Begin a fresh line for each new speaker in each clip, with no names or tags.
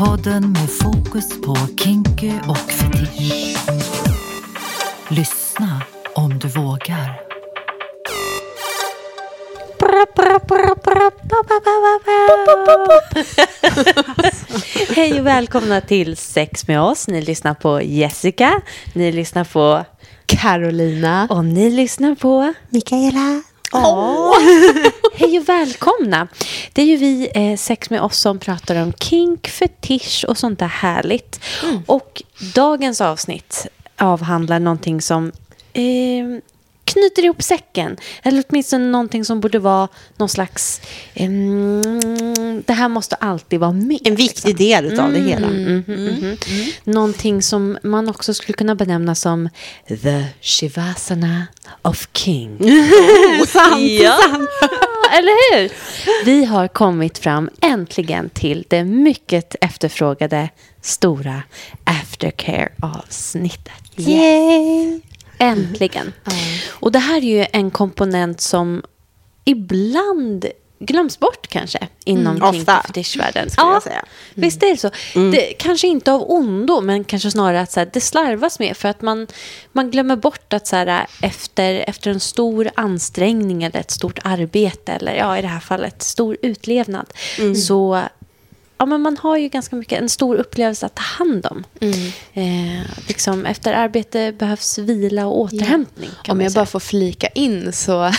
Podden med fokus på kinky och fetisch. Lyssna om du vågar.
Hej och välkomna till Sex med oss. Ni lyssnar på Jessica, ni lyssnar på
Carolina
och ni lyssnar på
Mikaela.
Hej och välkomna. Det är ju vi Sex med oss som pratar om kink, fetisch och sånt där härligt. Och dagens avsnitt avhandlar någonting som knyter ihop säcken. Eller åtminstone någonting som borde vara någon slags det här måste alltid vara med.
En viktig del av det hela.
Någonting som man också skulle kunna benämna som the Shavasana of King.
Sant.
Eller hur? Vi har kommit fram äntligen till det mycket efterfrågade stora aftercare-avsnittet.
Yay!
Äntligen. Och det här är ju en komponent som ibland glöms bort kanske inom kink- och fetischvärlden.
Jag säga.
Visst är det så. Det, kanske inte av ondo, men kanske snarare att så här, det slarvas med för att man glömmer bort att så här, efter en stor ansträngning eller ett stort arbete eller i det här fallet stor utlevnad så men man har ju ganska mycket en stor upplevelse att ta hand om. Liksom, efter arbete behövs vila och återhämtning. Kan
Om jag bara får flika in så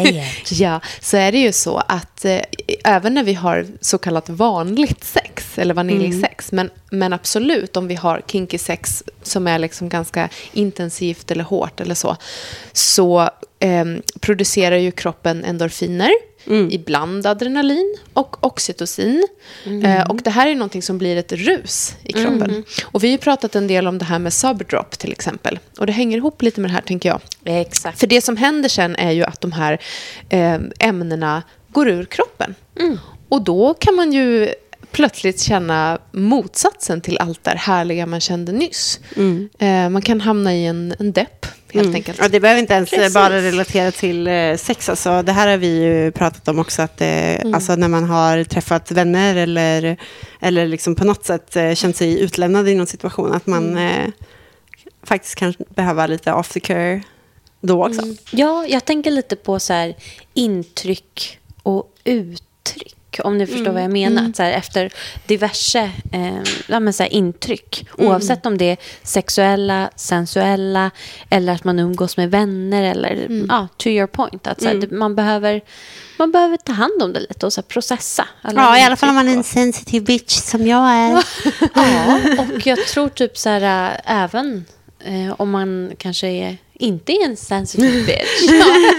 så är det ju så att även när vi har så kallat vanligt sex eller vaniljsex, men absolut om vi har kinky sex som är liksom ganska intensivt eller hårt eller så producerar ju kroppen endorfiner. Ibland adrenalin och oxytocin. Och det här är någonting som blir ett rus i kroppen. Och vi har ju pratat en del om det här med subdrop till exempel. Och det hänger ihop lite med det här, tänker jag.
Exakt.
För det som händer sen är ju att de här ämnena går ur kroppen. Och då kan man ju plötsligt känna motsatsen till allt det härliga man kände nyss. Man kan hamna i en depp. Helt enkelt.
Och det behöver inte ens bara relatera till sex. Alltså, det här har vi ju pratat om också. Att alltså, när man har träffat vänner eller liksom på något sätt känt sig utlämnad i någon situation. Att man faktiskt kan behöva lite aftercare då också.
Ja, jag tänker lite på så här, intryck och uttryck. Om ni förstår vad jag menar. Så här, efter diverse så här, intryck. Oavsett om det är sexuella, sensuella eller att man umgås med vänner eller to your point. Att, så här, man behöver ta hand om det lite och så här, processa.
Ja, i alla fall om man är en sensitive bitch som jag är.
Ja, och jag tror typ så här även om man kanske inte är en sensitive bitch.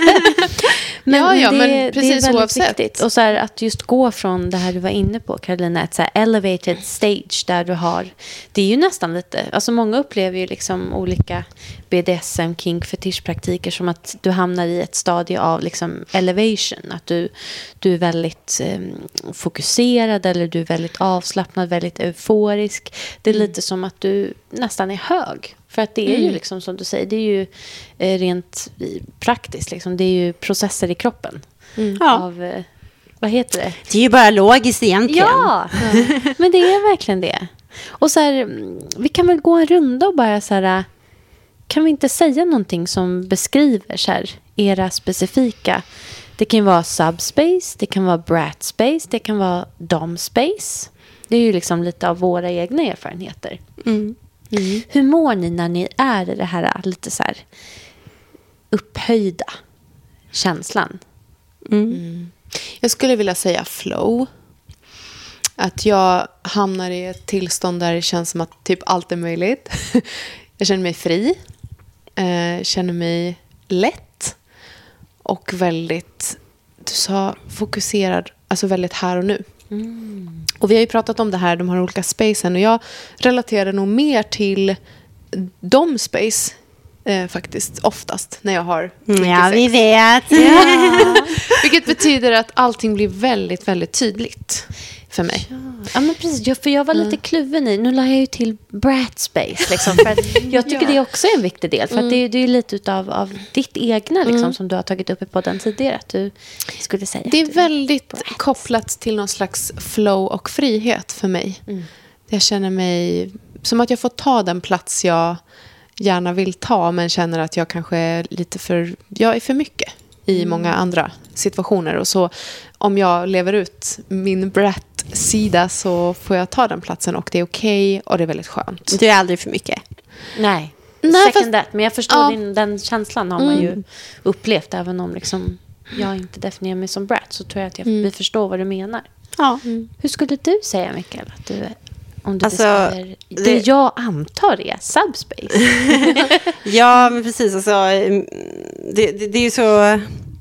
Men precis
det är
oavsett.
Viktigt. Och så här, att just gå från det här du var inne på, Carolina, ett så här elevated stage där du har, det är ju nästan lite, alltså många upplever ju liksom olika BDSM, kink, fetischpraktiker som att du hamnar i ett stadie av liksom elevation, att du är väldigt fokuserad eller du är väldigt avslappnad, väldigt euforisk. Det är lite som att du nästan är hög. För att det är ju liksom som du säger, det är ju rent praktiskt liksom, det är ju processer i kroppen av, vad heter det?
Det är ju bara logiskt egentligen.
Ja, men det är verkligen det. Och så här, vi kan väl gå en runda och bara så här, kan vi inte säga någonting som beskriver så här, era specifika, det kan vara subspace, det kan vara brat space, det kan vara dom space. Det är ju liksom lite av våra egna erfarenheter. Hur mår ni när ni är i det här lite så här upphöjda känslan?
Jag skulle vilja säga flow. Att jag hamnar i ett tillstånd där det känns som att typ allt är möjligt. Jag känner mig fri. Känner mig lätt. Och väldigt, du sa fokuserad, alltså väldigt här och nu. Och vi har ju pratat om det här, de har olika spacen, och jag relaterar nog mer till de space faktiskt oftast när jag har
Ja, vi vet.
Vilket betyder att allting blir väldigt, väldigt tydligt för mig.
Ja, men precis. För jag var lite kluven i. Nu la jag ju till brat space. Liksom, för att jag tycker det är också en viktig del. För att det är lite av ditt egna liksom, som du har tagit upp i podden tidigare. Att du skulle säga.
Det är väldigt kopplat till någon slags flow och frihet för mig. Jag känner mig som att jag får ta den plats jag gärna vill ta, men känner att jag kanske är jag är för mycket i många andra situationer. Och så om jag lever ut min brat-sida så får jag ta den platsen, och det är okej och det är väldigt skönt.
Du är aldrig för mycket.
Nej, second that. Men jag förstår den känslan har man ju upplevt, även om liksom jag inte definierar mig som brat, så tror jag att vi förstår vad du menar.
Ja.
Hur skulle du säga, Mikael, att du, om du
Alltså,
beskriver det jag antar är subspace?
Ja, men precis. Alltså, det är ju så...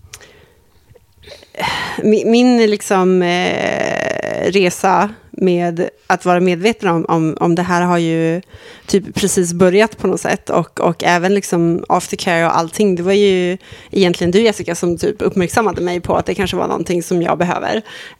Min liksom, resa med att vara medveten om det här har ju typ precis börjat på något sätt, och även liksom aftercare och allting. Det var ju egentligen du, Jessica, som typ uppmärksammade mig på att det kanske var någonting som jag behöver.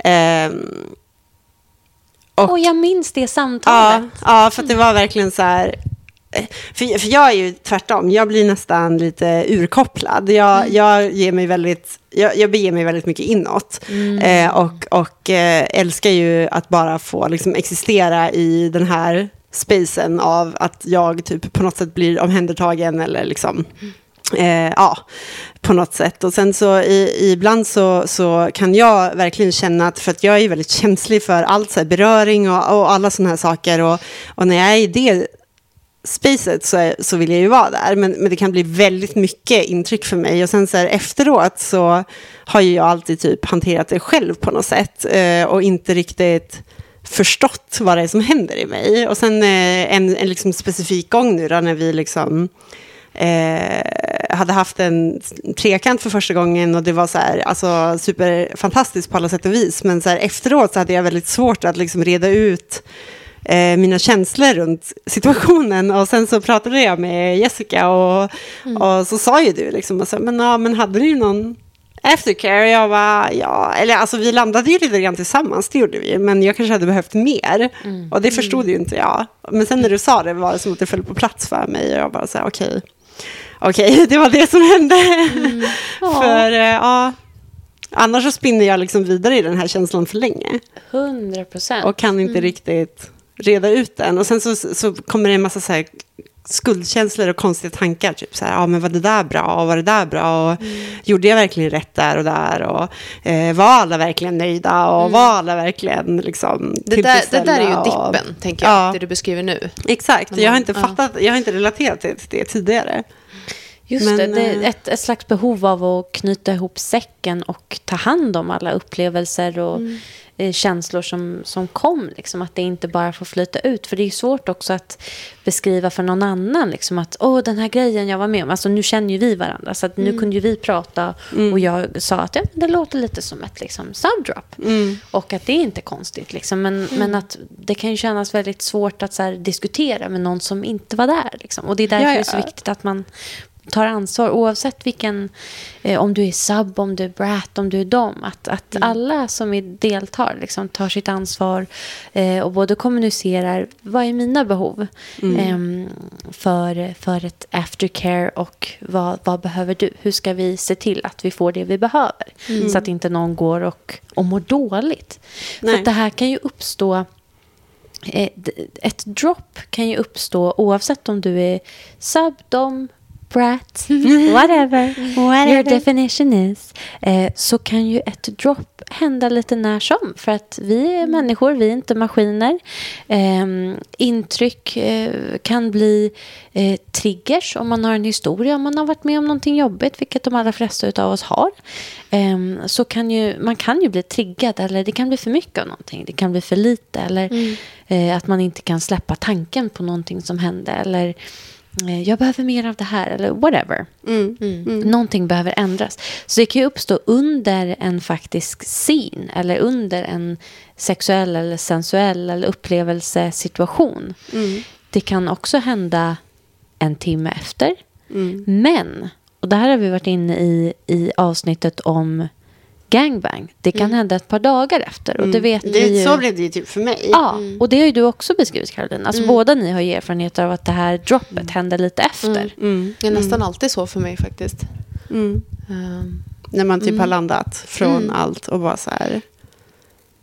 Och jag minns det samtalet.
Ja, för att det var verkligen så här... För jag är ju tvärtom. Jag blir nästan lite urkopplad. Jag beger mig väldigt mycket inåt. Och älskar ju att bara få liksom existera i den här spacen av att jag typ på något sätt blir omhändertagen eller liksom... på något sätt. Och sen så ibland så kan jag verkligen känna att, för att jag är väldigt känslig för allt så här, beröring och alla såna här saker, och när jag är i det spacet så vill jag ju vara där, men det kan bli väldigt mycket intryck för mig, och sen så här, efteråt så har ju jag alltid typ hanterat det själv på något sätt, och inte riktigt förstått vad det är som händer i mig. Och sen en liksom specifik gång nu då, när vi liksom hade haft en trekant för första gången, och det var så här, alltså superfantastiskt på alla sätt och vis, men så här, efteråt så hade jag väldigt svårt att liksom reda ut mina känslor runt situationen. Och sen så pratade jag med Jessica, och så sa ju du liksom, och så, men hade du någon aftercare? Jag var, eller alltså vi landade ju lite grann tillsammans, det gjorde vi, men jag kanske hade behövt mer, och det förstod ju inte jag. Men sen när du sa det var det som att det föll på plats för mig, och jag bara så här, okej, det var det som hände. För annars så spinner jag liksom vidare i den här känslan för länge.
100%.
Och kan inte riktigt reda ut den. Och sen så kommer det en massa så här skuldkänslor och konstiga tankar. Typ så här, men var det där bra? Och var det där bra? Och gjorde jag verkligen rätt där och där? Och var alla verkligen nöjda? Och var alla verkligen liksom tillfredsställda?
Det där är ju dippen, tänker jag, det du beskriver nu.
Exakt, jag har inte fattat, jag har inte relaterat till det tidigare.
Just det är ett slags behov av att knyta ihop säcken och ta hand om alla upplevelser och känslor som kom. Liksom, att det inte bara får flyta ut. För det är svårt också att beskriva för någon annan. Liksom, att den här grejen jag var med om. Alltså, nu känner ju vi varandra. Så att nu kunde ju vi prata. Och jag sa att det låter lite som ett liksom, subdrop. Och att det är inte konstigt. Liksom. Men att det kan ju kännas väldigt svårt att så här, diskutera med någon som inte var där. Liksom. Och det är därför det är så viktigt att man tar ansvar oavsett vilken, om du är sub, om du är brat, om du är dom, att alla som deltar liksom, tar sitt ansvar och både kommunicerar vad är mina behov för ett aftercare, och vad behöver du? Hur ska vi se till att vi får det vi behöver? Så att inte någon går och mår dåligt. För att det här kan ju uppstå, ett drop kan ju uppstå oavsett om du är sub, dom, brat, whatever your definition is, så kan ju ett drop hända lite när som, för att vi är människor, vi är inte maskiner. Intryck kan bli triggers om man har en historia, om man har varit med om någonting jobbigt, vilket de allra flesta av oss har. Så man kan ju bli triggad, eller det kan bli för mycket av någonting, det kan bli för lite, eller att man inte kan släppa tanken på någonting som hände, eller jag behöver mer av det här, eller whatever. Någonting behöver ändras. Så det kan ju uppstå under en faktisk scene, eller under en sexuell eller sensuell eller upplevelsesituation. Det kan också hända en timme efter. Men, och det här har vi varit inne i avsnittet om gangbang. Det kan hända ett par dagar efter. Och det vet vi ju.
Så blev det ju typ för mig.
Ja, och det har ju du också beskrivit, Caroline. Alltså båda ni har ju erfarenheter av att det här droppet händer lite efter.
Det är nästan alltid så för mig faktiskt.
När man typ har landat från allt och bara så här.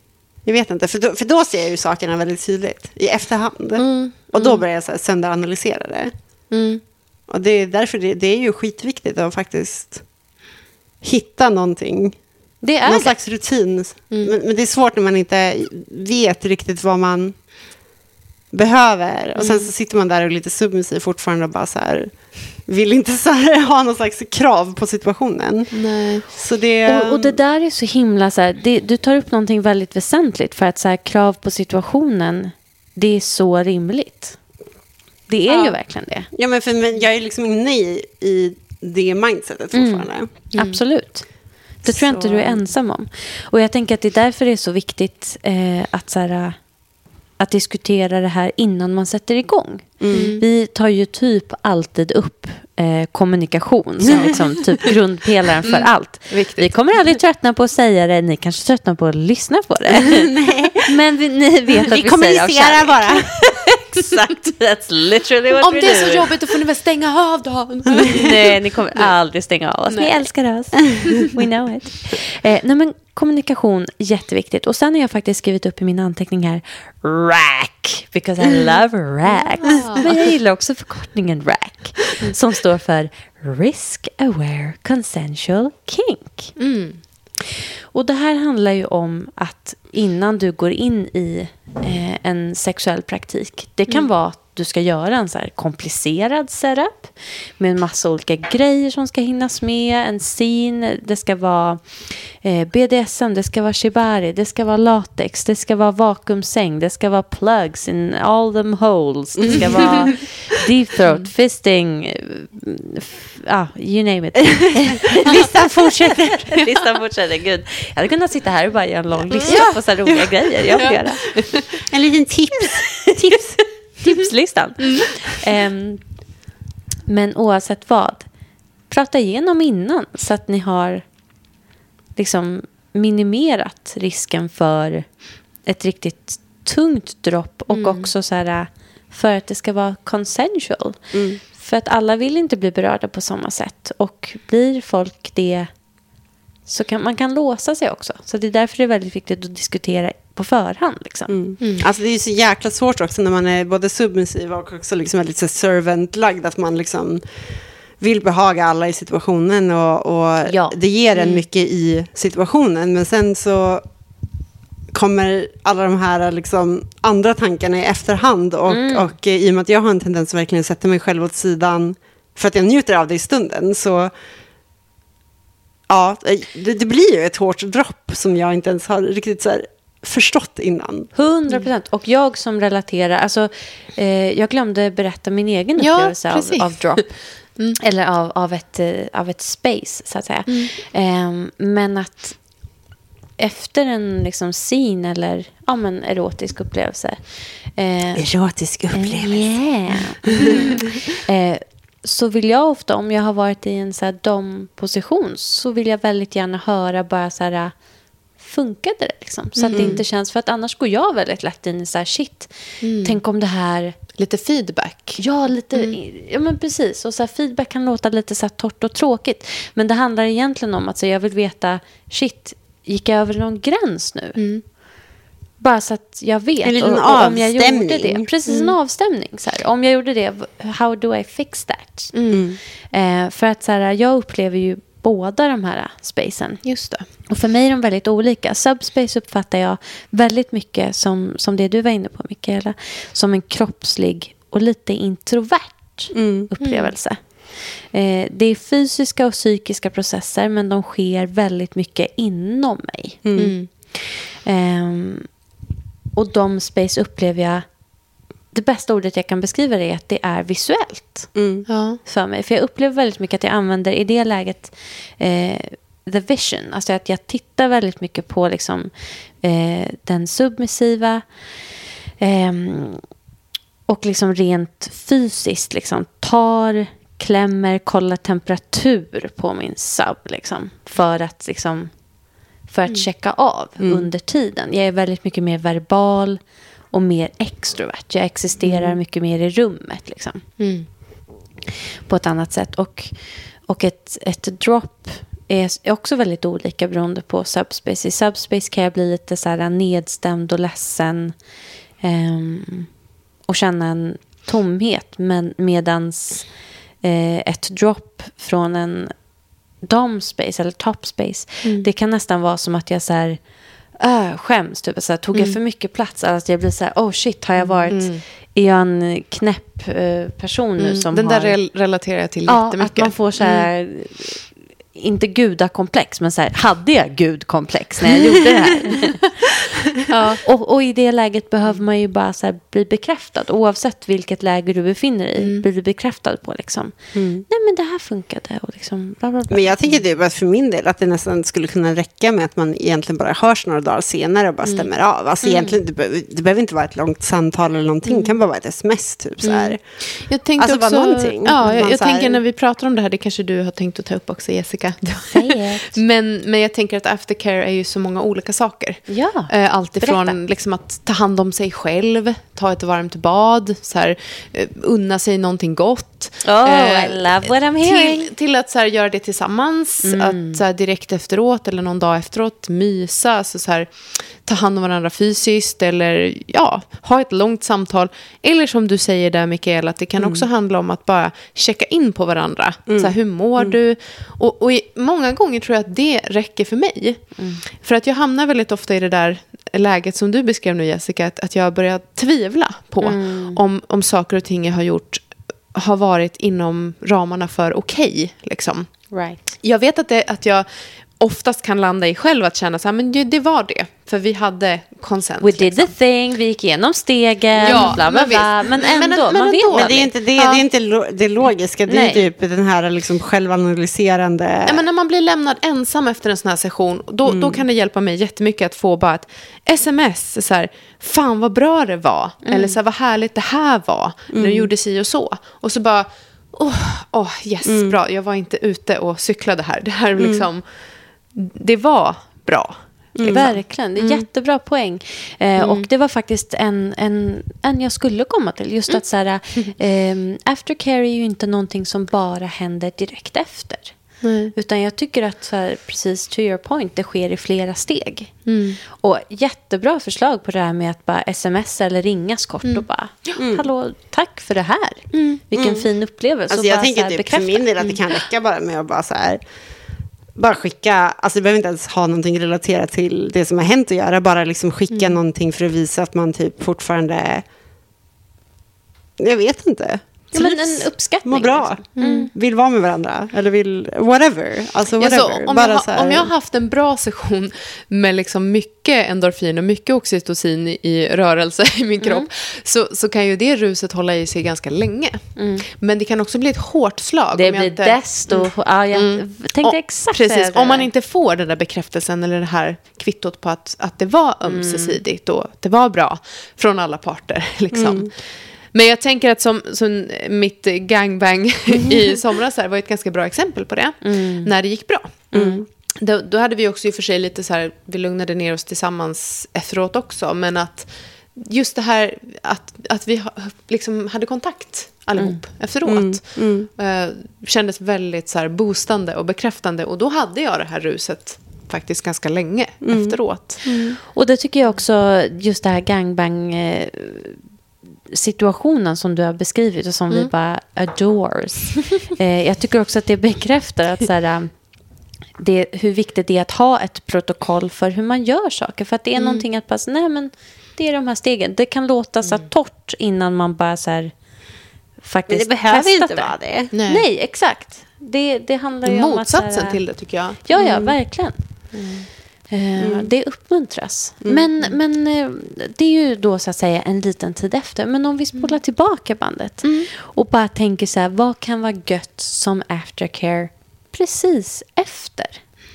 Jag vet inte, för då ser jag ju sakerna väldigt tydligt i efterhand. Och då börjar jag så här sönderanalysera det. Och det är därför det är ju skitviktigt att faktiskt hitta någonting.
Det är
någon slags rutin. Men det är svårt när man inte vet riktigt vad man behöver. Och sen så sitter man där och är lite submissiv fortfarande och bara så här, vill inte så här ha någon slags krav på situationen.
Nej.
Så det...
Och det där är så himla så här, du tar upp någonting väldigt väsentligt, för att så här, krav på situationen, det är så rimligt. Det är ju verkligen det.
Ja, men jag är liksom inne i det mindsetet fortfarande.
Absolut. Det tror jag inte du är ensam om. Och jag tänker att det är därför det är så viktigt att så här, att diskutera det här innan man sätter igång. Vi tar ju typ alltid upp kommunikation som liksom typ grundpelaren för allt.
Viktigt.
Vi kommer aldrig tröttna på att säga det. Ni kanske tröttnar på att lyssna på det.
Nej.
Men ni vet att vi
kommunicerar bara.
Exakt, that's literally what
Om
we
det är
do.
så jobbigt, då får ni väl stänga av då.
Nej, ni kommer aldrig stänga av oss. Ni älskar oss. We know it. Nej, men kommunikation, jätteviktigt. Och sen har jag faktiskt skrivit upp i min anteckning här RAC, because I love RAC. Men jag gillar också förkortningen RAC, som står för Risk Aware Consensual Kink. Och det här handlar ju om att innan du går in i en sexuell praktik, det kan vara att du ska göra en så här komplicerad setup med en massa olika grejer som ska hinnas med, en scene, det ska vara BDSM, det ska vara shibari, det ska vara latex, det ska vara vakuumsäng, det ska vara plugs in all them holes, det ska vara deep throat, fisting, you name it. Listan fortsätter, gud. Jag hade kunnat sitta här och bara göra en lång lista på så här roliga grejer jag får göra.
En liten
Tipslistan. Men oavsett vad, prata igenom innan så att ni har liksom minimerat risken för ett riktigt tungt dropp och också så här, för att det ska vara consensual. För att alla vill inte bli berörda på samma sätt, och blir folk det, så kan man kan låsa sig också. Så det är därför det är väldigt viktigt att diskutera på förhand. Liksom.
Alltså det är ju så jäkla svårt också när man är både submissiv och också liksom väldigt så servant-lagd, att man liksom vill behaga alla i situationen och det ger en mycket i situationen, men sen så kommer alla de här liksom andra tankarna i efterhand och i och med att jag har en tendens att verkligen sätta mig själv åt sidan för att jag njuter av det i stunden, så ja, det blir ju ett hårt dropp som jag inte ens har riktigt så här förstått innan.
100%. Och jag som relaterar, alltså jag glömde berätta min egen upplevelse av drop. Eller av ett space, så att säga. Men att efter en liksom scene eller erotisk upplevelse. Så vill jag ofta, om jag har varit i en så här dom-position, så vill jag väldigt gärna höra bara så här, funkade det liksom? Så att det inte känns, för att annars går jag väldigt lätt in i så här, shit, tänk om det här...
Lite feedback.
Ja, lite, ja men precis. Och så här, feedback kan låta lite så här torrt och tråkigt. Men det handlar egentligen om att så jag vill veta, shit, gick jag över någon gräns nu? Bara så att jag vet.
En liten
och om jag gjorde det.
avstämning.
Precis, en avstämning. Så här. Om jag gjorde det, how do I fix that? För att så här, jag upplever ju båda de här spacen.
Just det.
Och för mig är de väldigt olika. Subspace uppfattar jag väldigt mycket som det du var inne på, Mikaela. Som en kroppslig och lite introvert upplevelse. Det är fysiska och psykiska processer, men de sker väldigt mycket inom mig. Och de space upplever jag, det bästa ordet jag kan beskriva det är att det är visuellt för mig. För jag upplever väldigt mycket att jag använder i det läget the vision. Alltså att jag tittar väldigt mycket på liksom, den submissiva och liksom rent fysiskt liksom, klämmer, kollar temperatur på min sub liksom, för att checka av under tiden. Jag är väldigt mycket mer verbal och mer extrovert. Jag existerar mycket mer i rummet liksom. På ett annat sätt. Och ett drop är också väldigt olika beroende på subspace. I subspace kan jag bli lite så här nedstämd och ledsen och känna en tomhet. Men medans ett drop från en dom space eller top space, det kan nästan vara som att jag så här skäms, typ så här, tog jag för mycket plats, alltså jag blir så här, oh shit, har jag varit är jag en knäpp person nu som
den
har...
där relaterar jag till
ja,
jättemycket.
att man får så här inte gudakomplex, men så här, hade jag gudkomplex när jag gjorde det här? Ja. Och i det läget behöver man ju bara så här bli bekräftad. Oavsett vilket läge du befinner dig i, blir du bekräftad på liksom. Nej, men det här funkade och liksom bla, bla, bla.
Men jag tänker det bara för min del att det nästan skulle kunna räcka med att man egentligen bara hörs några dagar senare och bara stämmer av. Alltså egentligen, det behöver inte vara ett långt samtal eller någonting. Det kan bara vara ett sms typ så här.
Jag tänkte
alltså
också,
bara någonting.
ja, jag
så här,
tänker när vi pratar om det här, det kanske du har tänkt att ta upp också, Jessica. Men jag tänker att aftercare är ju så många olika saker.
Ja,
allt ifrån liksom att ta hand om sig själv, ta ett varmt bad, så här, unna sig någonting gott.
I love what I'm hearing.
Till att så här, göra det tillsammans, att så här, direkt efteråt eller någon dag efteråt mysa, alltså, så här, ta hand om varandra fysiskt eller ha ett långt samtal. Eller som du säger där, Mikael, att det kan också handla om att bara checka in på varandra. Så här, hur mår du? Och många gånger tror jag att det räcker för mig. För att jag hamnar väldigt ofta i det där läget som du beskrev nu, Jessica, att jag börjar tvivla på om saker och ting jag har gjort har varit inom ramarna för okej, liksom.
Right.
Jag vet att jag oftast kan landa i själv att känna så här, men det var det. För vi hade consent.
We did the thing, vi gick igenom stegen, bla bla bla. Men ändå, man vet.
Men det är inte det är inte det logiska. Det är typ den här liksom självanalyserande.
Ja, men när man blir lämnad ensam efter en sån här session, då kan det hjälpa mig jättemycket att få bara ett sms så här, fan vad bra det var. Eller så här, vad härligt det här var. När du gjorde si och så. Och så bara, yes, bra. Jag var inte ute och cyklade här. Det här liksom, det var bra.
Verkligen, det är jättebra poäng. Och det var faktiskt en jag skulle komma till. Just att så här, aftercare är ju inte någonting som bara händer direkt efter. Utan jag tycker att så här, precis to your point, det sker i flera steg. Och jättebra förslag på det här med att bara sms eller ringas kort och bara, hallå, tack för det här. Vilken fin upplevelse.
Alltså jag tänker typ för min del att det kan räcka bara med att bara så här, bara skicka, alltså det behöver inte ens ha någonting relaterat till det som har hänt att göra, bara liksom skicka någonting för att visa att man typ fortfarande, jag vet inte,
ja, men en uppskattning.
Mår bra, vill vara med varandra eller vill, whatever, alltså whatever.
Om jag har haft en bra session med liksom mycket endorfin och mycket oxytocin i rörelse i min kropp, så kan ju det ruset hålla i sig ganska länge. Men det kan också bli ett hårt slag.
Det blir desto... Ja, jag tänkte exakt
precis, om man inte får den där bekräftelsen eller det här kvittot på att det var ömsesidigt och det var bra från alla parter. Liksom. Men jag tänker att som mitt gangbang i somras här var ett ganska bra exempel på det. När det gick bra. Då hade vi också i och för sig lite så här, vi lugnade ner oss tillsammans efteråt också. Men att just det här att vi liksom hade kontakt allihop efteråt. Kändes väldigt så här boostande och bekräftande. Och då hade jag det här ruset faktiskt ganska länge efteråt.
Och det tycker jag också, just det här gangbang situationen som du har beskrivit och som vi bara adores. Jag tycker också att det bekräftar att så här, hur viktigt det är att ha ett protokoll för hur man gör saker. För att det är någonting att bara, nej men det är de här stegen. Det kan låta så torrt innan man bara så här faktiskt.
Men det behöver inte vara det.
Nej, exakt. Det handlar ju om att
motsatsen till det, tycker jag.
Ja, verkligen. Det uppmuntras. Men det är ju då så att säga en liten tid efter. Men om vi spolar tillbaka bandet och bara tänker så här, vad kan vara gött som aftercare precis efter?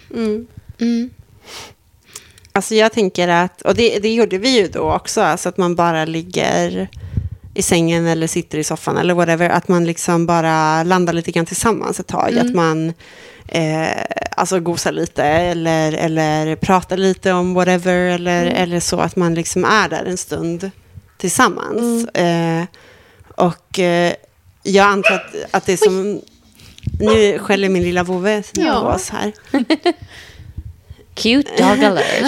Alltså jag tänker att, och det gjorde vi ju då också, alltså att man bara ligger i sängen eller sitter i soffan eller whatever, att man liksom bara landar lite grann tillsammans ett tag, att man alltså gosar lite eller pratar lite om whatever eller så, att man liksom är där en stund tillsammans. Och jag antar att det som Nu skäller min lilla vovve på oss här.
Cute dog alert.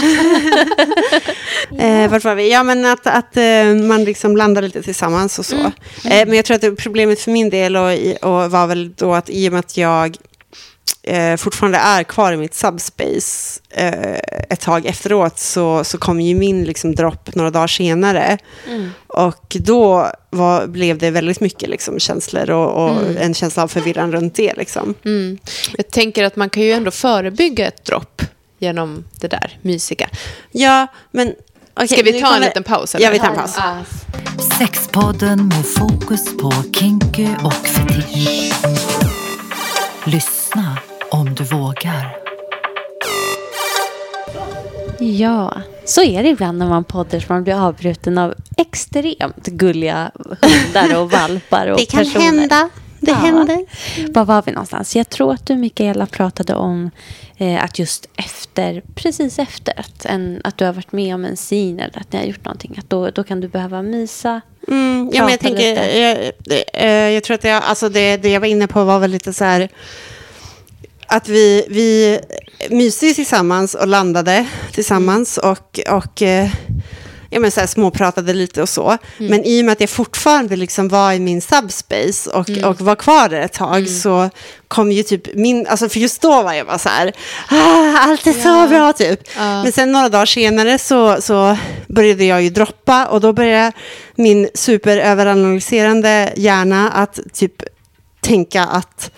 Vart var vi? Ja, men att man liksom landar lite tillsammans och så. Men jag tror att problemet för min del och var väl då att i och med att jag fortfarande är kvar i mitt subspace ett tag efteråt så kom ju min liksom dropp några dagar senare. Och då blev det väldigt mycket liksom känslor och en känsla av förvirran runt det liksom.
Jag tänker att man kan ju ändå förebygga ett dropp genom det där mysiga.
Ja, men okay,
ska vi ta en liten paus? Eller?
Ja, vi tar en paus.
Sexpodden med fokus på kinky och fetisch. Lyssna om du vågar.
Ja, så är det ibland när man poddar så man blir avbruten av extremt gulliga hundar och valpar och
det kan
personer.
Hända. Det händer.
Var var vi någonstans? Jag tror att du, Mikaela, pratade om att just precis efter att du har varit med om en scen eller att ni har gjort någonting, att då kan du behöva mysa.
Ja, men jag tänker, jag tror att det jag var inne på var väl lite så här att vi myste tillsammans och landade tillsammans och ja, men så här småpratade lite och så. Men i och med att jag fortfarande liksom var i min subspace och var kvar där ett tag så kom ju typ alltså för just då var jag bara så här, allt är så bra typ. Men sen några dagar senare så började jag ju droppa och då började min superöveranalyserande hjärna att typ tänka att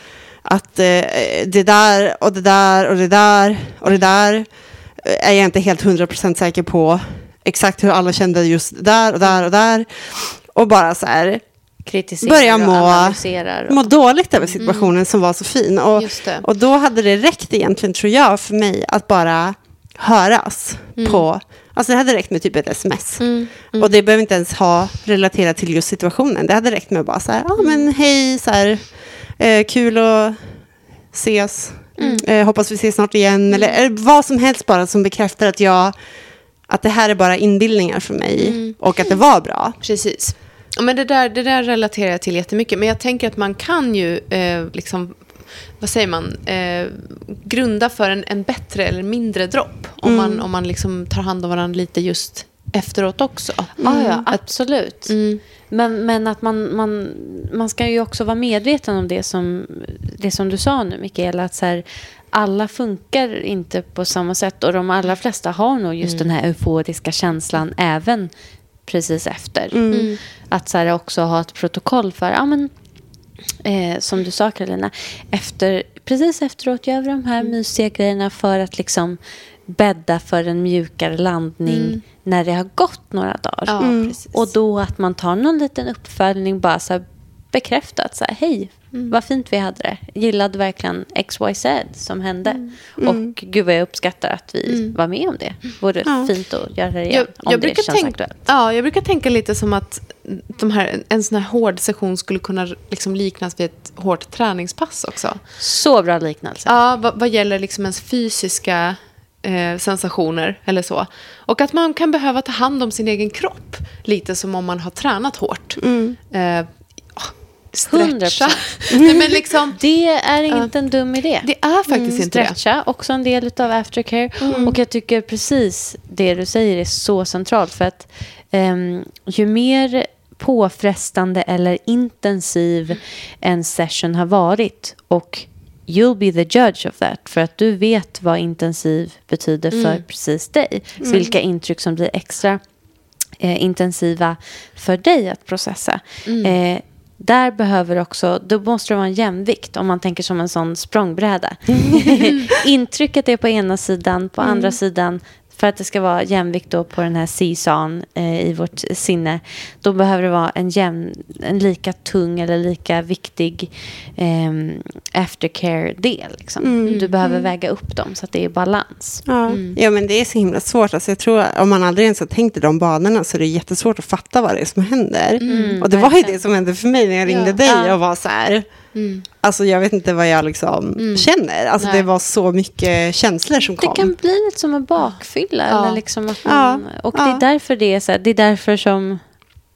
det där och det där och det där och det där är jag inte helt 100% säker på exakt hur alla kände just där och där och där. Och bara så här börja må dåligt över situationen som var så fin. Och då hade det räckt egentligen, tror jag, för mig att bara höras på. Alltså det hade räckt med typ ett sms. Och det behöver inte ens ha relaterat till just situationen. Det hade räckt med bara så här, men hej, så här, kul att ses. Hoppas vi ses snart igen. Eller vad som helst bara som bekräftar att det här är bara inbildningar för mig och att det var bra.
Precis. Men det där relaterar jag till jättemycket. Men jag tänker att man kan ju liksom, vad säger man, grunda för en bättre eller mindre dropp om man liksom tar hand om varandra lite just efteråt också.
Ja, absolut. Men att man ska ju också vara medveten om det som du sa nu, Mikaela, att så här, alla funkar inte på samma sätt och de allra flesta har nog just den här euforiska känslan även precis efter. Att så här, också ha ett protokoll för, som du sa, Karolina, precis efteråt gör vi de här mysiga grejerna för att liksom bädda för en mjukare landning när det har gått några dagar. Och då att man tar någon liten uppföljning, bara så här bekräftat så här, hej, vad fint vi hade det. Gillade verkligen XYZ som hände. Och gud vad jag uppskattar att vi var med om det. Vore fint att göra det igen om det känns aktuellt.
Ja, jag brukar tänka lite som att en sån här hård session skulle kunna liksom liknas vid ett hårt träningspass också.
Så bra liknelse.
Ja, vad gäller liksom ens fysiska sensationer eller så. Och att man kan behöva ta hand om sin egen kropp lite som om man har tränat hårt. Stretcha. Nej, men liksom,
det är inte en dum idé.
Det är faktiskt inte
stretcha,
det.
Också en del av aftercare. Och jag tycker precis det du säger är så centralt. För att ju mer påfrestande eller intensiv en session har varit, och you'll be the judge of that, för att du vet vad intensiv betyder för precis dig. Så vilka intryck som blir extra intensiva för dig att processa. Där behöver också, då måste det vara en jämvikt om man tänker som en sån språngbräda. Intrycket är på ena sidan, på andra sidan, för att det ska vara jämvikt då på den här seesawn i vårt sinne, då behöver det vara en lika tung eller lika viktig aftercare-del. Liksom. Du behöver väga upp dem så att det är balans.
Ja, men det är så himla svårt. Alltså, jag tror om man aldrig ens har tänkt i de banorna så är det jättesvårt att fatta vad det är som händer. Och det var ju det som hände för mig när jag ringde dig och var så här... Alltså jag vet inte vad jag liksom känner. Alltså det var så mycket känslor som kom.
Det kan bli lite som en bakfylla eller liksom att man, och det är därför det är så här, det är därför som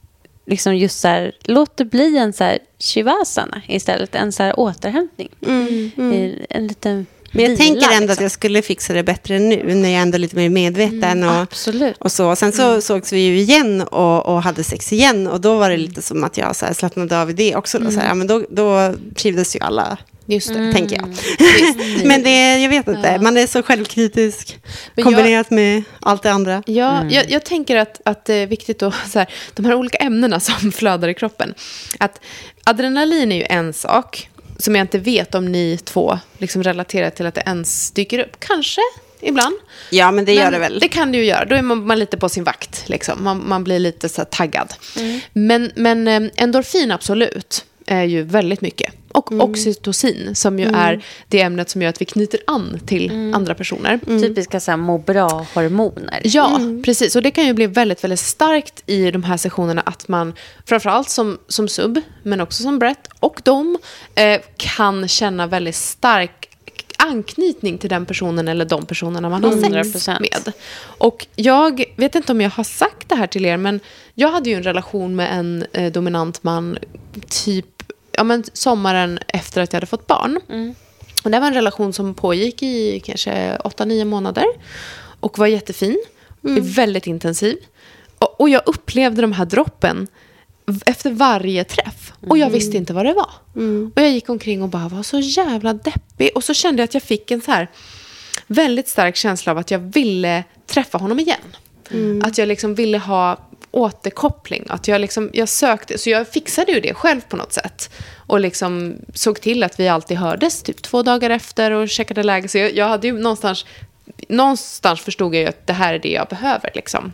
liksom just så här, låt det bli en så här Shavasana istället, en så här återhämtning. En liten
Men jag
vila,
tänker ändå
liksom.
att jag skulle fixa det bättre nu när jag ändå är lite mer medveten.
Absolut.
Och så. Sen så sågs vi ju igen och hade sex igen. Och då var det lite som att jag så här slappnade av i det också. Då, så här, ja, men då trivdes ju alla,
Just det.
tänker jag. Men jag vet inte, man är så självkritisk
Men
kombinerat med allt det andra.
Ja, jag tänker att det är viktigt då, så här, de här olika ämnena som flödar i kroppen. Att adrenalin är ju en sak som jag inte vet om ni två liksom relaterar till att det ens dyker upp. Kanske ibland.
Ja, men det gör det väl.
Det kan det ju göra. Då är man lite på sin vakt. Liksom. Man blir lite så här taggad. Men endorfin absolut är ju väldigt mycket. Och oxytocin som ju är det ämnet som gör att vi knyter an till andra personer.
Typiska så här må bra-hormoner.
Ja, precis. Och det kan ju bli väldigt, väldigt starkt i de här sessionerna att man, framförallt som sub, men också som Brett och de kan känna väldigt stark anknytning till den personen eller de personerna man har sex
100%.
med. Och jag vet inte om jag har sagt det här till er, men jag hade ju en relation med en dominant man typ sommaren efter att jag hade fått barn. Och det var en relation som pågick i kanske 8-9 månader och var jättefin. Väldigt intensiv. Och jag upplevde de här droppen efter varje träff. Och jag visste inte vad det var. Och jag gick omkring och bara var så jävla deppig. Och så kände jag att jag fick en så här väldigt stark känsla av att jag ville träffa honom igen. Att jag liksom ville ha återkoppling. Att jag sökte, så jag fixade ju det själv på något sätt. Och liksom såg till att vi alltid hördes typ 2 dagar efter och checkade läge. Så jag hade ju någonstans förstod jag ju att det här är det jag behöver liksom.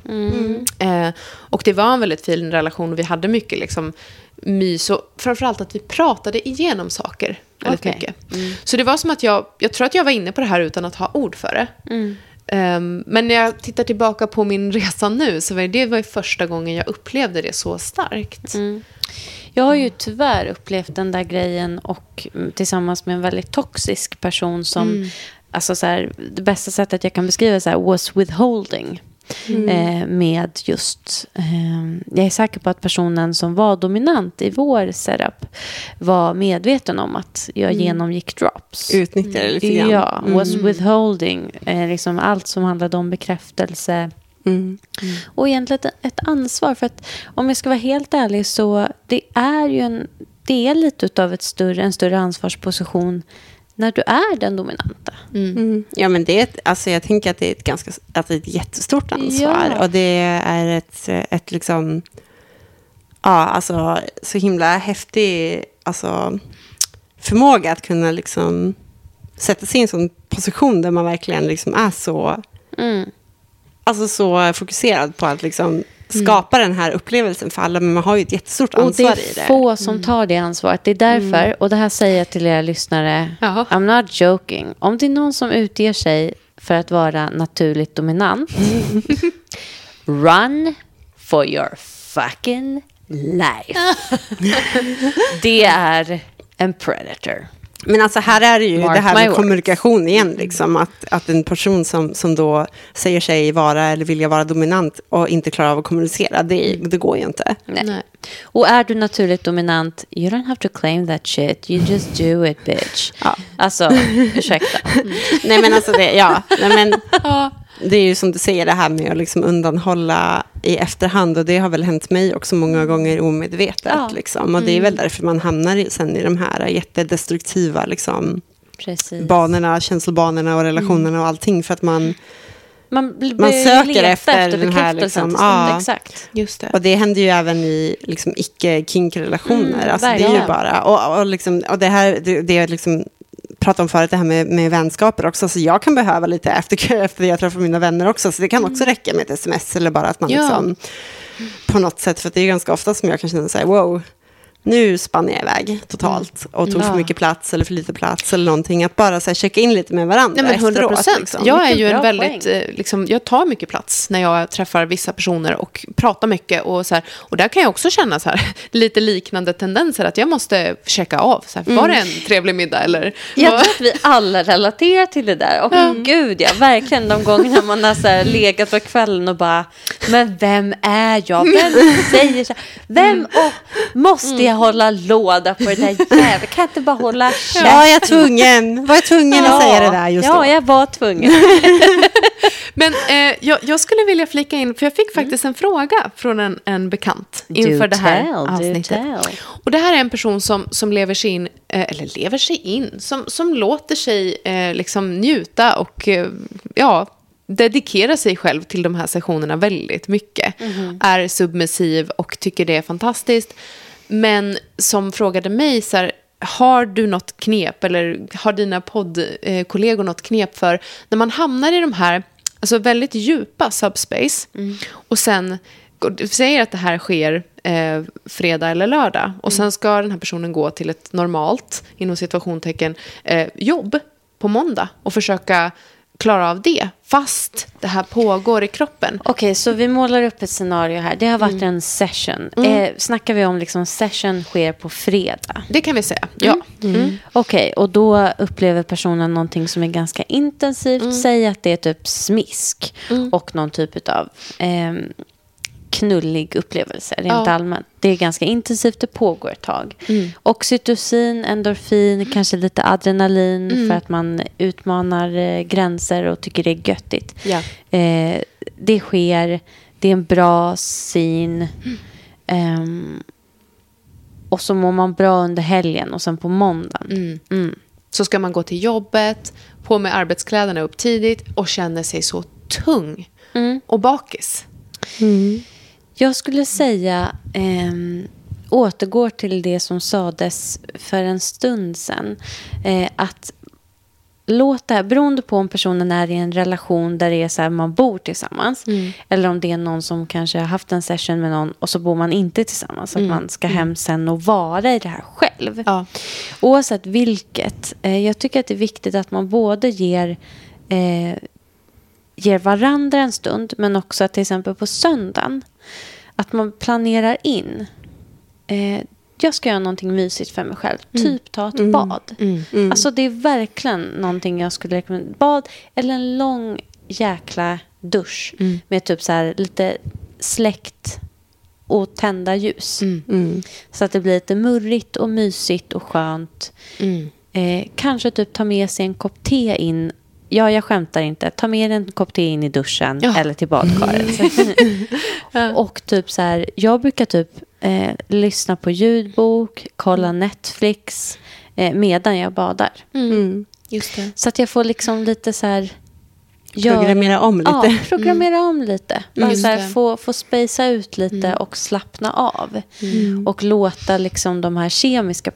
Och det var en väldigt fin relation och vi hade mycket liksom mys och framförallt att vi pratade igenom saker väldigt mycket. Så det var som att jag tror att jag var inne på det här utan att ha ord för det. Men när jag tittar tillbaka på min resa nu så var det första gången jag upplevde det så starkt.
Jag har ju tyvärr upplevt den där grejen och tillsammans med en väldigt toxisk person som alltså så här, det bästa sättet jag kan beskriva så här, was withholding. Med just jag är säker på att personen som var dominant i vår setup var medveten om att jag genomgick drops.
Utnyttjade lite grann.
Ja, was withholding. Liksom allt som handlade om bekräftelse. Och egentligen ett ansvar. För att om jag ska vara helt ärlig så det är ju det är lite av en större ansvarsposition när du är den dominanta.
Ja, men jag tänker att det är ett jättestort ansvar.
Ja.
Och det är ett liksom alltså så himla häftig förmåga att kunna liksom sätta sig i en sån position där man verkligen liksom är så så fokuserad på att liksom skapa den här upplevelsen för alla, men man har ju ett jättestort ansvar i det.
Och det är få som tar det ansvaret. Det är därför, och det här säger jag till era lyssnare, I'm not joking. Om det är någon som utger sig för att vara naturligt dominant, run for your fucking life. Det är en predator.
Men alltså här är det ju
Mark
det här
my
med
words.
kommunikation igen. Liksom, att en person som då säger sig vara eller vilja vara dominant och inte klarar av att kommunicera, det går ju inte.
Nej. Och är du naturligt dominant, you don't have to claim that shit. You just do it, bitch.
Ja.
Alltså, ursäkta.
Nej, men alltså det är ju som du säger det här med att liksom undanhålla i efterhand, och det har väl hänt mig också många gånger omedvetet.
Ja.
Liksom. Och det är väl därför man hamnar sen i de här jättedestruktiva liksom, banorna, känslobanorna och relationerna och allting, för att man söker efter den här liksom,
exakt.
Just det.
och det händer ju även i liksom icke-kink-relationer. Alltså, det är ju bara och det här det är liksom prata om förut, det här med vänskaper också, så jag kan behöva lite efter jag träffar mina vänner också, så det kan också räcka med ett sms eller bara att man liksom på något sätt, för det är ganska ofta som jag kan känna så här, wow, nu spann jag iväg totalt och tog för mycket plats eller för lite plats eller någonting. Att bara så här, checka in lite med varandra.
Nej, men 100%.
Liksom.
Jag är ju
Vilken
en
bra
väldigt, liksom, jag tar mycket plats när jag träffar vissa personer och pratar mycket. Och, så här, och där kan jag också känna så här, lite liknande tendenser att jag måste checka av. Så här, var det en trevlig middag? Eller,
Jag tror att vi alla relaterar till det där. Och gud, ja, verkligen de gångerna man har så här legat på kvällen och bara, men vem är jag? Vem säger så här? Vem måste jag hålla låda på det där jävla? Kan jag inte bara hålla käft?
Ja, jag är tvungen. Var jag tvungen att säga det där just då?
Ja, jag var tvungen.
Men jag skulle vilja flika in, för jag fick faktiskt en fråga från en bekant inför det här avsnittet. Och det här är en person som lever sig in, som låter sig liksom njuta och dedikera sig själv till de här sessionerna väldigt mycket. Är submissiv och tycker det är fantastiskt. Men som frågade mig så här, har du något knep eller har dina poddkollegor något knep för när man hamnar i de här alltså väldigt djupa subspace och sen säger att det här sker fredag eller lördag och sen ska den här personen gå till ett normalt inom situationstecken jobb på måndag och försöka klara av det fast det här pågår i kroppen.
Okej, så vi målar upp ett scenario här. Det har varit en session. Snackar vi om liksom session sker på fredag?
Det kan vi säga, ja.
Okej, och då upplever personen någonting som är ganska intensivt. Säg att det är typ smisk och någon typ av knullig upplevelse rent allmänt. Det är ganska intensivt, det pågår ett tag. Oxytocin, endorfin, kanske lite adrenalin för att man utmanar gränser och tycker det är göttigt.
Ja.
Det sker, det är en bra scene. Och så mår man bra under helgen och sen på måndagen.
Så ska man gå till jobbet, på med arbetskläderna upp tidigt och känner sig så tung och bakis.
Jag skulle säga återgår till det som sades för en stund sedan. Att låta, beroende på om personen är i en relation där det är så här, man bor tillsammans. Eller om det är någon som kanske har haft en session med någon och så bor man inte tillsammans. Så att man ska hem sen och vara i det här själv.
Ja.
Oavsett vilket. Jag tycker att det är viktigt att man både ger varandra en stund, men också att till exempel på söndagen att man planerar in jag ska göra någonting mysigt för mig själv, typ ta ett bad. Alltså det är verkligen någonting jag skulle rekommendera, bad eller en lång jäkla dusch med typ så här lite släckt och tända ljus så att det blir lite murrigt och mysigt och skönt. Kanske typ ta med sig en kopp te in. Ja, jag skämtar inte. Ta med en kopp te in i duschen eller till badkaret. Och typ så här, jag brukar typ lyssna på ljudbok, kolla Netflix medan jag badar.
Just det.
Så att jag får liksom lite så här
programmera om lite.
Ja, programmera om lite. Bara så här,
det.
få spacea ut lite och slappna av. Och låta liksom den här kemiska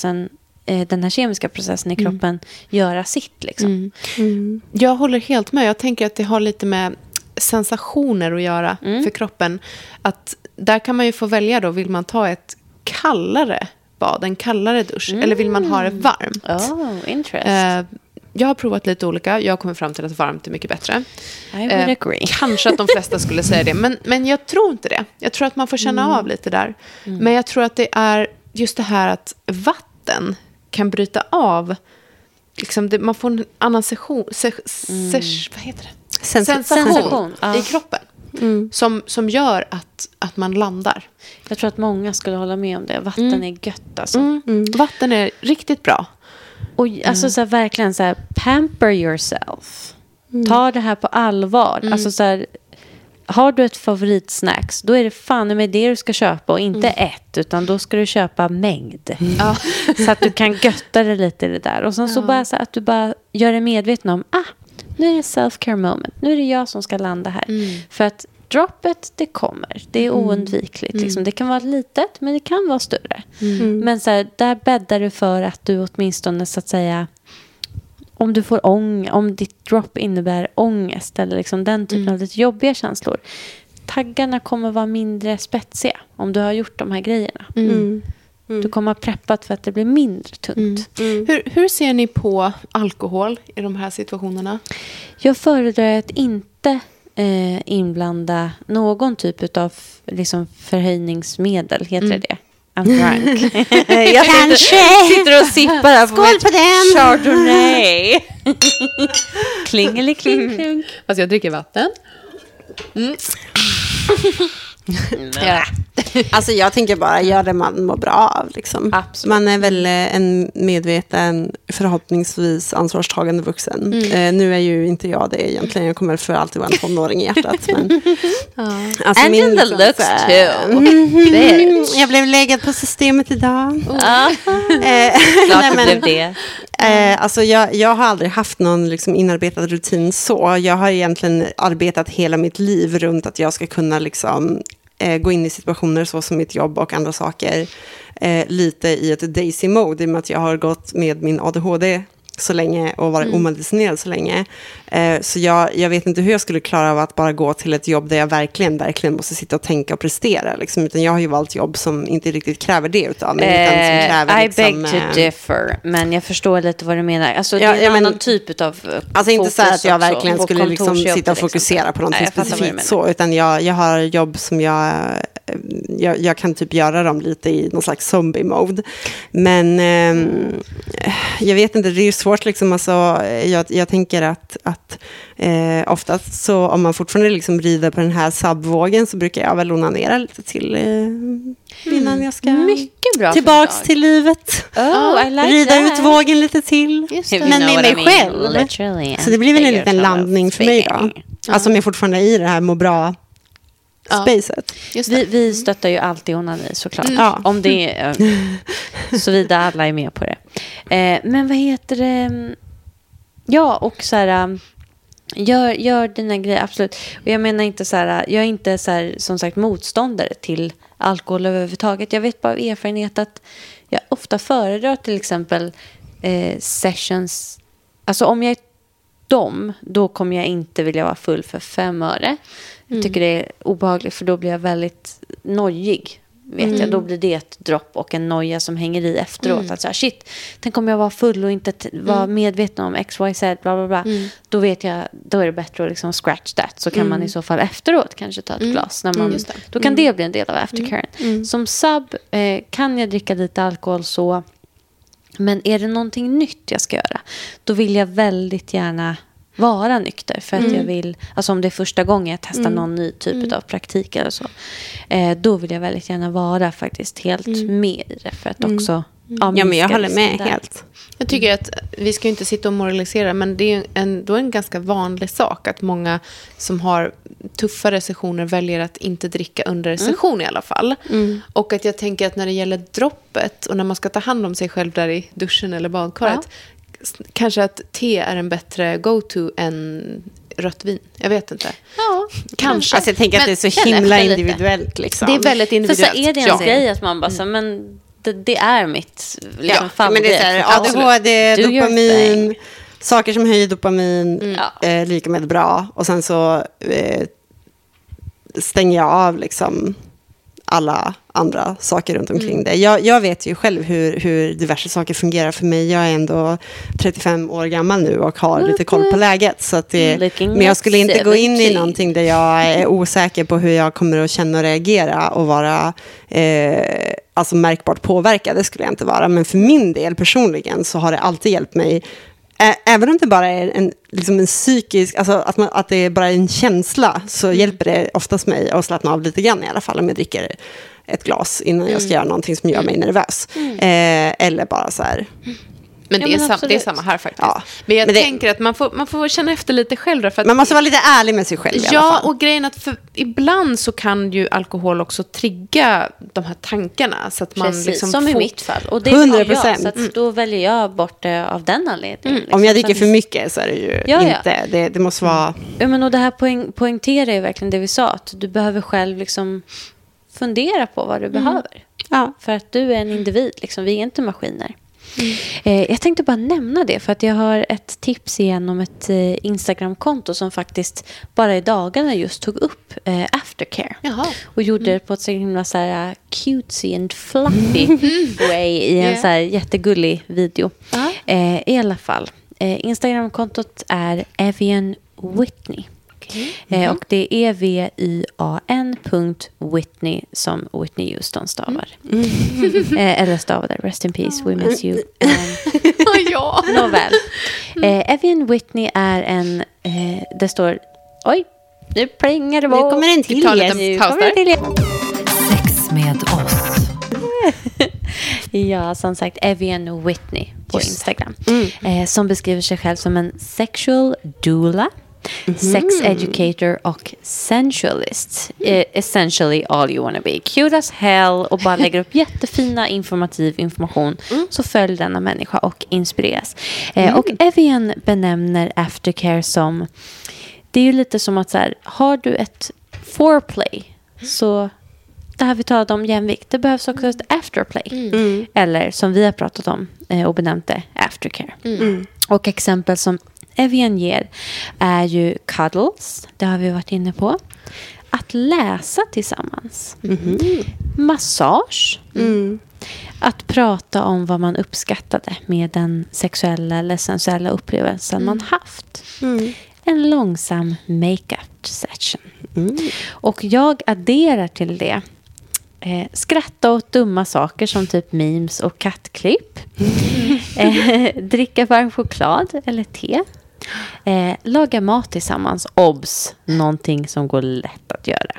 processen i kroppen göra sitt liksom.
Jag håller helt med. Jag tänker att det har lite med sensationer att göra för kroppen. Att där kan man ju få välja då. Vill man ta ett kallare bad, en kallare dusch? Eller vill man ha det varmt?
Interesting.
Jag har provat lite olika. Jag har kommit fram till att varmt är mycket bättre.
I would agree.
Kanske att de flesta skulle säga det. Men jag tror inte det. Jag tror att man får känna av lite där. Men jag tror att det är just det här att vatten kan bryta av. Liksom man får en annan vad heter det? Sensation i kroppen. Som gör att man landar.
Jag tror att många skulle hålla med om det. Vatten är gött alltså.
Vatten är riktigt bra.
Och alltså så här, verkligen så här, pamper yourself. Ta det här på allvar. Alltså så här, har du ett favoritsnacks, då är det fan med det du ska köpa och inte ett, utan då ska du köpa mängd. Så att du kan götta det lite i det där. Och sen så bara så att du bara gör dig medveten om, nu är det self-care moment. Nu är det jag som ska landa här. För att droppet, det kommer. Det är oundvikligt. Liksom. Det kan vara litet, men det kan vara större. Men så här, där bäddar du för att du åtminstone så att säga, om du får om ditt drop innebär ångest eller liksom den typen av lite jobbiga känslor. Taggarna kommer vara mindre spetsiga om du har gjort de här grejerna. Du kommer ha preppat för att det blir mindre tungt.
Hur ser ni på alkohol i de här situationerna?
Jag föredrar att inte inblanda någon typ av liksom förhöjningsmedel. Heter det? I'm drunk. Jag sitter och sippar här på
Skål på den!
Chardonnay. Klingelikling.
Fast jag dricker vatten.
Alltså jag tänker bara gör det man mår bra av. Liksom.
Absolut.
Man är väl en medveten, förhoppningsvis ansvarstagande vuxen. Nu är ju inte jag det egentligen. Jag kommer för alltid vara en tonåring i hjärtat. Men, alltså
And in the looks too.
Jag blev läggad på systemet idag.
Klart det blev det.
Alltså jag har aldrig haft någon liksom inarbetad rutin så. Jag har egentligen arbetat hela mitt liv runt att jag ska kunna liksom, gå in i situationer så som mitt jobb och andra saker lite i ett daisy mode i och med att jag har gått med min ADHD så länge och varit omedicinerad så länge. Så jag vet inte hur jag skulle klara av att bara gå till ett jobb där jag verkligen måste sitta och tänka och prestera. Liksom. Utan jag har ju valt jobb som inte riktigt kräver det utav mig. Utan som kräver,
I beg to differ. Men jag förstår lite vad du menar. Alltså, det är en annan typ av
alltså inte så att jag verkligen
också,
skulle liksom sitta och fokusera på någonting specifikt så. Utan jag har jobb som jag kan typ göra dem lite i någon slags zombie-mode. Men jag vet inte, det är ju svårt liksom. Alltså, jag tänker att oftast så om man fortfarande liksom rider på den här subvågen så brukar jag väl onanera lite till innan jag ska
mycket bra
tillbaks till livet.
I like
rida
that.
ut vågen lite till. Men med mig själv.
Literally.
Så det blir väl en liten landning för mig då. Alltså om jag fortfarande är i det här må bra spacet.
Vi stöttar ju alltid onani såklart. Om det är såvida alla är med på det. Men vad heter det? Ja, och så här gör dina grejer absolut. Och jag menar inte så här, jag är inte så här, som sagt motståndare till alkohol överhuvudtaget. Jag vet bara av erfarenhet att jag ofta föredrar till exempel sessions. Alltså om jag är då kommer jag inte vilja vara full för 5 öre. Jag tycker det är obehagligt för då blir jag väldigt nojig. Vet jag. Då blir det ett dropp och en noja som hänger i efteråt. Alltså, shit, tänk om jag var full och inte var medveten om XYZ, bla bla bla. Då vet jag, då är det bättre att liksom scratch that. Så kan man i så fall efteråt kanske ta ett glas. När man, då kan det bli en del av aftercaren. Som sub kan jag dricka lite alkohol så. Men är det någonting nytt jag ska göra, då vill jag väldigt gärna vara nykter. För att jag vill, alltså om det är första gången jag testar någon ny typ av praktik eller så. Då vill jag väldigt gärna vara faktiskt helt med i det. För att också
Ja, men jag håller med helt.
Jag tycker att vi ska inte sitta och moralisera, men det är ändå en ganska vanlig sak att många som har tuffare sessioner väljer att inte dricka under session i alla fall. Och att jag tänker att när det gäller droppet och när man ska ta hand om sig själv där i duschen eller badkaret, kanske att te är en bättre go-to än rött vin. Jag vet inte. Ja, kanske.
Alltså jag tänker att det är så himla individuellt. Liksom.
Det är väldigt individuellt.
För så är det en grej att man bara men det är mitt liksom, favorit.
Men det är så här, ADHD, dopamin, saker som höjer dopamin, lika med bra. Och sen så stänger jag av liksom alla andra saker runt omkring det. Jag vet ju själv hur diverse saker fungerar för mig. Jag är ändå 35 år gammal nu och har lite koll på läget. Så att men jag skulle inte gå in i någonting där jag är osäker på hur jag kommer att känna och reagera och vara alltså märkbart påverkad. Det skulle jag inte vara. Men för min del personligen så har det alltid hjälpt mig. Även om det bara är liksom en psykisk, alltså att det är bara en känsla, så hjälper det oftast mig att slappna av lite grann i alla fall om jag dricker ett glas innan jag ska göra någonting som gör mig nervös. Eller bara så här.
Men det är samma här faktiskt. Ja. Men jag tänker att man får känna efter lite själv. För att
man måste vara lite ärlig med sig själv i alla fall.
Och grejen att ibland så kan ju alkohol också trigga de här tankarna. Så att man liksom
som i mitt fall. Och det
100%.
Så att då väljer jag bort det av den anledningen. Liksom.
Om jag dricker för mycket så är det ju inte. Det måste vara...
Ja, men och det här poängterar ju verkligen det vi sa. Att du behöver själv liksom fundera på vad du behöver.
Ja.
För att du är en individ. Liksom. Vi är inte maskiner. Jag tänkte bara nämna det för att jag har ett tips igen om ett Instagram-konto som faktiskt bara i dagarna just tog upp aftercare.
Jaha.
Och gjorde det på ett så himla så här cutesy and fluffy way i en så här jättegullig video. I alla fall. Instagram-kontot är Evian Whitney. Och det är VYAN.Whitney som Whitney Houston stavar. Eller stavade. Rest in peace, we miss you.
Ja.
Nåväl. Evian Whitney är en... det står... Oj, nu plingar det på.
Nu kommer en till.
Sex med oss.
Ja, som sagt, Evian Whitney på Instagram. Som beskriver sig själv som en sexual doula, sex educator och sensualist. Essentially all you wanna be. Cute as hell och bara lägger upp jättefina informativ information. Så följ denna människa och inspireras. Och Evian benämner aftercare som... Det är ju lite som att så här, har du ett foreplay så... Det här vi talade om jämvikt. Det behövs också ett afterplay. Eller som vi har pratat om och benämnt det, aftercare. Och exempel som Evian ger är ju cuddles. Det har vi varit inne på. Att läsa tillsammans. Massage. Att prata om vad man uppskattade med den sexuella eller sensuella upplevelsen man haft. En långsam make-up session. Och jag adderar till det skratta åt dumma saker som typ memes och kattklipp. Dricka varm choklad eller te. Laga mat tillsammans. Obs, någonting som går lätt att göra.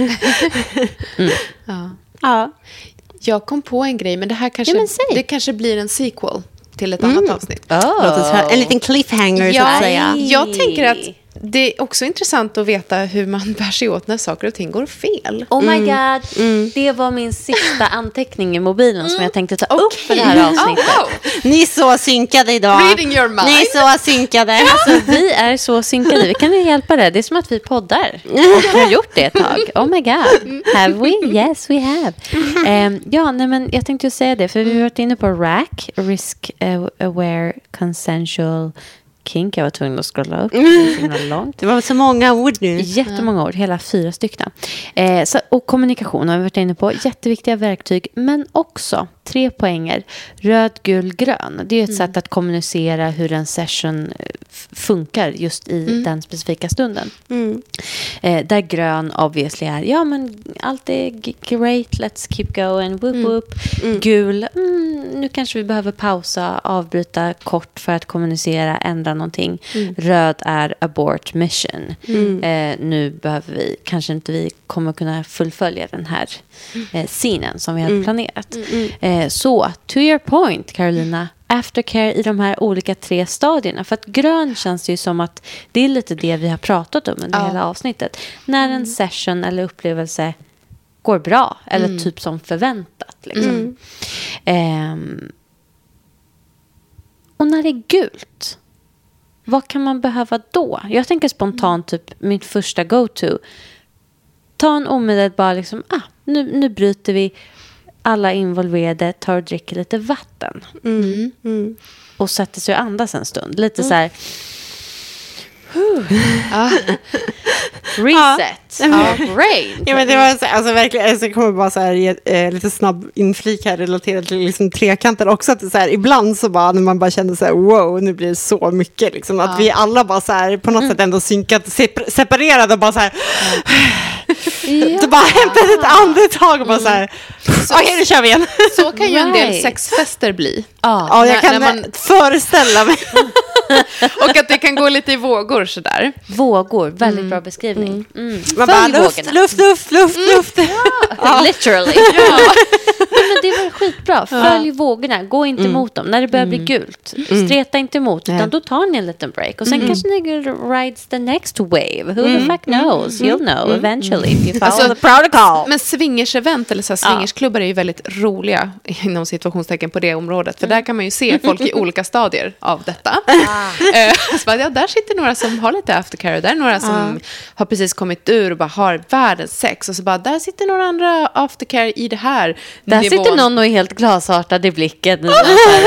Ja. Jag kom på en grej, men det här kanske blir en sequel till ett annat avsnitt.
En liten cliffhanger så att säga.
Jag tänker att det är också intressant att veta hur man bär sig åt när saker och ting går fel.
Oh my god, det var min sista anteckning i mobilen som jag tänkte ta upp för det här avsnittet.
Ni är så synkade idag.
Reading your mind.
Ni är så synkade.
Alltså, vi är så synkade. Vi kan ju hjälpa det. Det är som att vi poddar. Och vi har gjort det ett tag. Oh my god. Have we? Yes, we have. Men jag tänkte ju säga det. För vi har varit inne på RAC. Risk Aware Consensual Kink. Jag var tvungen att scrolla upp.
Det var så många ord nu.
Jättemånga ord, hela 4 stycken. Och kommunikation har vi varit inne på. Jätteviktiga verktyg, men också 3 poänger. Röd, gul, grön. Det är ett sätt att kommunicera hur en session funkar just i den specifika stunden. Där grön obviously är, men allt är great, let's keep going, whoop whoop. Gul, nu kanske vi behöver pausa, avbryta kort för att kommunicera, ändra någonting. Röd är abort mission. Nu behöver vi, kanske inte vi kommer kunna fullfölja den här scenen som vi hade planerat. Så, to your point, Carolina, aftercare i de här olika 3 stadierna. För att grön känns det ju som att det är lite det vi har pratat om under hela avsnittet. När en session eller upplevelse går bra. Eller typ som förväntat. Liksom. Och när det är gult, vad kan man behöva då? Jag tänker spontant typ mitt första go-to. Ta en omedelbar liksom, nu bryter vi. Alla involverade tar och dricker lite vatten. Och sätter sig och andas en stund. Lite så här... Reset. Brain.
Ja, men det var alltså verkligen, jag kommer bara så här lite snabb inflik här relaterat till liksom trekanten också, att det så här, ibland så bara när man bara kände så här, wow, nu blir det så mycket liksom, att vi alla bara så här på något sätt ändå synkat, separerade och bara så här det bara hämtade ett andetag och bara så här okej, nu kör vi igen.
Så kan ju en del sexfester bli.
Ja, jag kan när man föreställa mig.
Och att det kan gå lite i vågor sådär.
Vågor, väldigt bra beskrivning.
Man bara, luft.
Ja, literally. Men det var skitbra. Följ vågorna, gå inte emot dem. När det börjar bli gult, streta inte emot, utan då tar ni en liten break. Och sen kanske ni rides the next wave. Who the fuck knows? You'll know eventually. legally if you follow the protocol.
Men swingers-event eller så här swingersklubbar är ju väldigt roliga inom situationstecken på det området. För där kan man ju se folk i olika stadier av detta. Så bara, där sitter några som har lite aftercare. Där är några som har precis kommit ur och bara har världens sex. Och så bara, där sitter några andra aftercare i det här
där
nivån.
sitter någon och är helt glasartad i blicken. I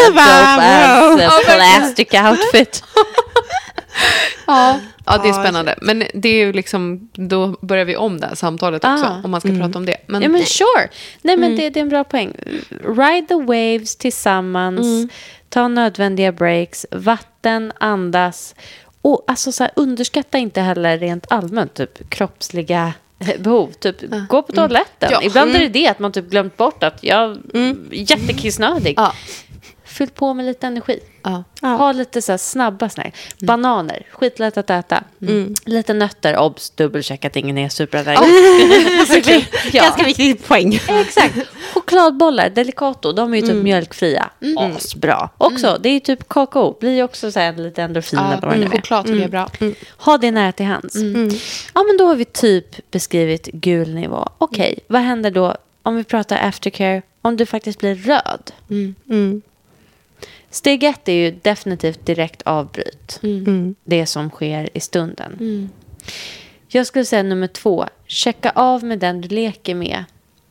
plastic outfit.
Ja, det är spännande. Men det är ju liksom, då börjar vi om det här samtalet också, om man ska prata om det. Men,
ja, men sure. Nej, men det är en bra poäng. Ride the waves tillsammans. Ta nödvändiga breaks. Vatten, andas. Och alltså så här, underskatta inte heller rent allmänt typ kroppsliga behov. Typ gå på toaletten.
Ja.
Ibland är det att man typ glömt bort att jag är jättekissnödig. Fyll på med lite energi. Ha lite så här snabba snack. Bananer, skitlätt att äta. Lite nötter, obs, dubbelchecka att ingen är superallergisk.
Ganska viktig poäng.
Exakt. Chokladbollar, Delicato, de är ju typ mjölkfria. Bra. Också, det är ju typ kakao. Blir ju också så här lite endorfiner.
Choklad är bra.
Ha det nära till hands. Ja, men då har vi typ beskrivit gul nivå. Okej, vad händer då om vi pratar aftercare? Om du faktiskt blir röd. Steg 1 är ju definitivt direkt avbryt. Det som sker i stunden. Jag skulle säga nummer 2. Checka av med den du leker med.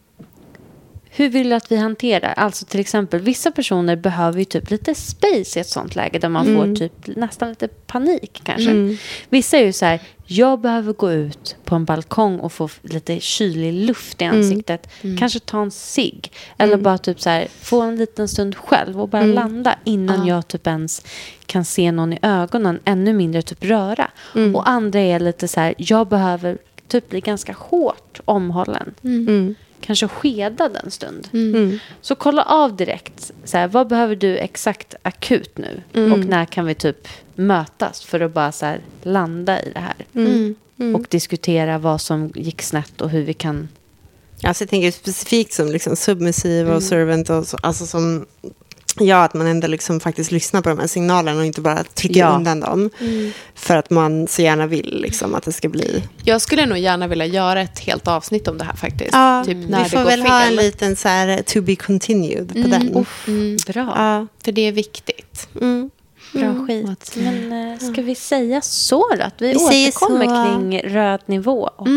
Hur vill du att vi hanterar? Alltså till exempel, vissa personer behöver ju typ lite space i ett sånt läge där man får typ nästan lite panik kanske. Vissa är ju så här, jag behöver gå ut på en balkong och få lite kylig luft i ansiktet. Kanske ta en cigg. Eller bara typ så här, få en liten stund själv och bara landa innan jag typ ens kan se någon i ögonen. Ännu mindre typ röra. Och andra är lite så här, jag behöver typ bli ganska hårt omhållen. Kanske skedad en stund. Så kolla av direkt. Så här, vad behöver du exakt akut nu? Och när kan vi typ mötas för att bara så här, landa i det här? Och diskutera vad som gick snett och hur vi kan...
Alltså jag tänker specifikt som liksom submissiv och servant. Och så, alltså som... Ja, att man ändå liksom faktiskt lyssnar på de här signalerna och inte bara trycker undan dem. För att man så gärna vill liksom att det ska bli...
Jag skulle nog gärna vilja göra ett helt avsnitt om det här faktiskt.
Ja,
typ när
vi får
det går
väl
fel.
ha en liten så här to be continued på den.
Bra.
Ja.
För det är viktigt.
Bra skit. Men ska vi säga så då? Att vi
säger
återkommer
så.
kring röd nivå och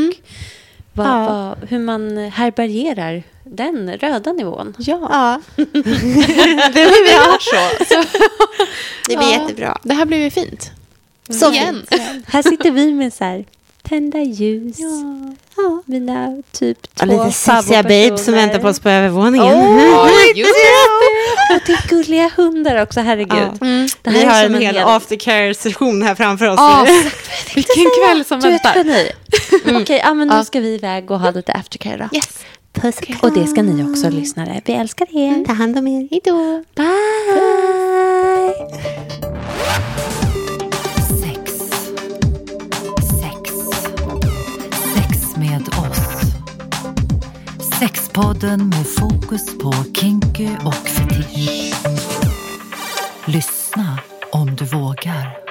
hur man härbärgerar den röda nivån.
Ja.
Det blir bra så.
Det blir jättebra.
Det här blir ju fint.
Så
igen.
Här sitter vi med så här tända ljus. Mina typ 2
lite sexiga babes som väntar på oss på övervåningen.
Och det är gulliga hundar också, herregud. Det här
Vi
är
har
som
en hel aftercare-session här framför oss.
Vilken kväll som väntar.
Okej, men nu ska vi iväg och ha lite aftercare då.
Yes.
Puss. Och det ska ni också, lyssnare. Vi älskar er.
Ta hand om er.
Hejdå. Bye.
Sex med oss. Sexpodden med fokus på kinky och fetisch. Lyssna om du vågar.